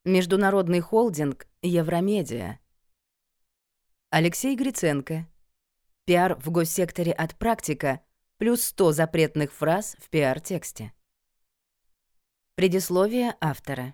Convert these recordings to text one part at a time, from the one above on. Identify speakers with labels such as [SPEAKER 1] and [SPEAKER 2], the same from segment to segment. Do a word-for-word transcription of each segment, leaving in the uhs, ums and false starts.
[SPEAKER 1] Международный холдинг «Евромедиа». Алексей Гриценко. Пиар в госсекторе от практика плюс сто запретных фраз в пиар-тексте. Предисловие автора.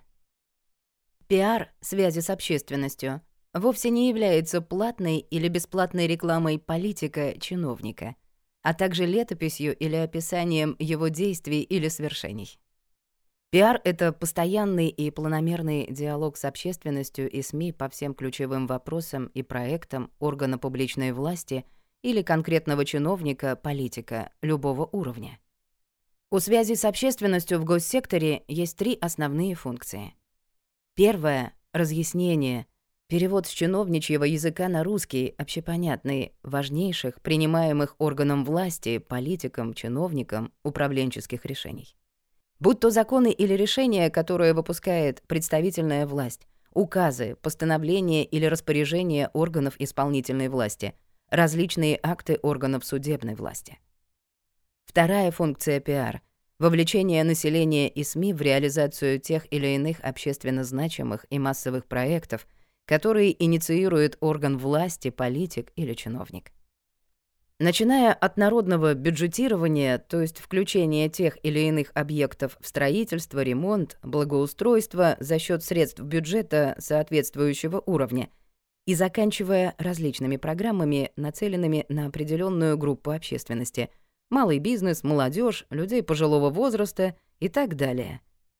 [SPEAKER 1] Пиар, связи с общественностью, вовсе не является платной или бесплатной рекламой политика, чиновника, а также летописью или описанием его действий или свершений. Пиар — это постоянный и планомерный диалог с общественностью и СМИ по всем ключевым вопросам и проектам органа публичной власти или конкретного чиновника, политика любого уровня. У связи с общественностью в госсекторе есть три основные функции. Первая — разъяснение, перевод с чиновничьего языка на русский, общепонятный, важнейших, принимаемых органом власти, политикам, чиновникам, управленческих решений. Будь то законы или решения, которые выпускает представительная власть, указы, постановления или распоряжения органов исполнительной власти, различные акты органов судебной власти. Вторая функция пиар — вовлечение населения и СМИ в реализацию тех или иных общественно значимых и массовых проектов, которые инициирует орган власти, политик или чиновник. Начиная от народного бюджетирования, то есть включения тех или иных объектов в строительство, ремонт, благоустройство за счет средств бюджета соответствующего уровня, и заканчивая различными программами, нацеленными на определенную группу общественности — малый бизнес, молодежь, людей пожилого возраста и так далее.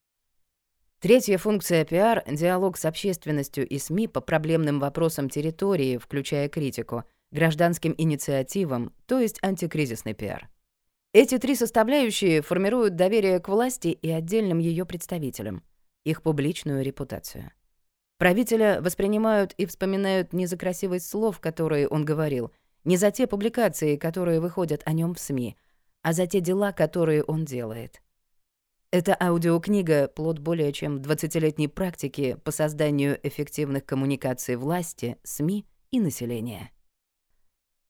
[SPEAKER 1] Третья функция пиар — диалог с общественностью и СМИ по проблемным вопросам территории, включая критику, гражданским инициативам, то есть антикризисный пиар. Эти три составляющие формируют доверие к власти и отдельным ее представителям, их публичную репутацию. Правителя воспринимают и вспоминают не за красивость слов, которые он говорил, не за те публикации, которые выходят о нем в СМИ, а за те дела, которые он делает. Эта аудиокнига — плод более чем двадцатилетней практики по созданию эффективных коммуникаций власти, СМИ и населения.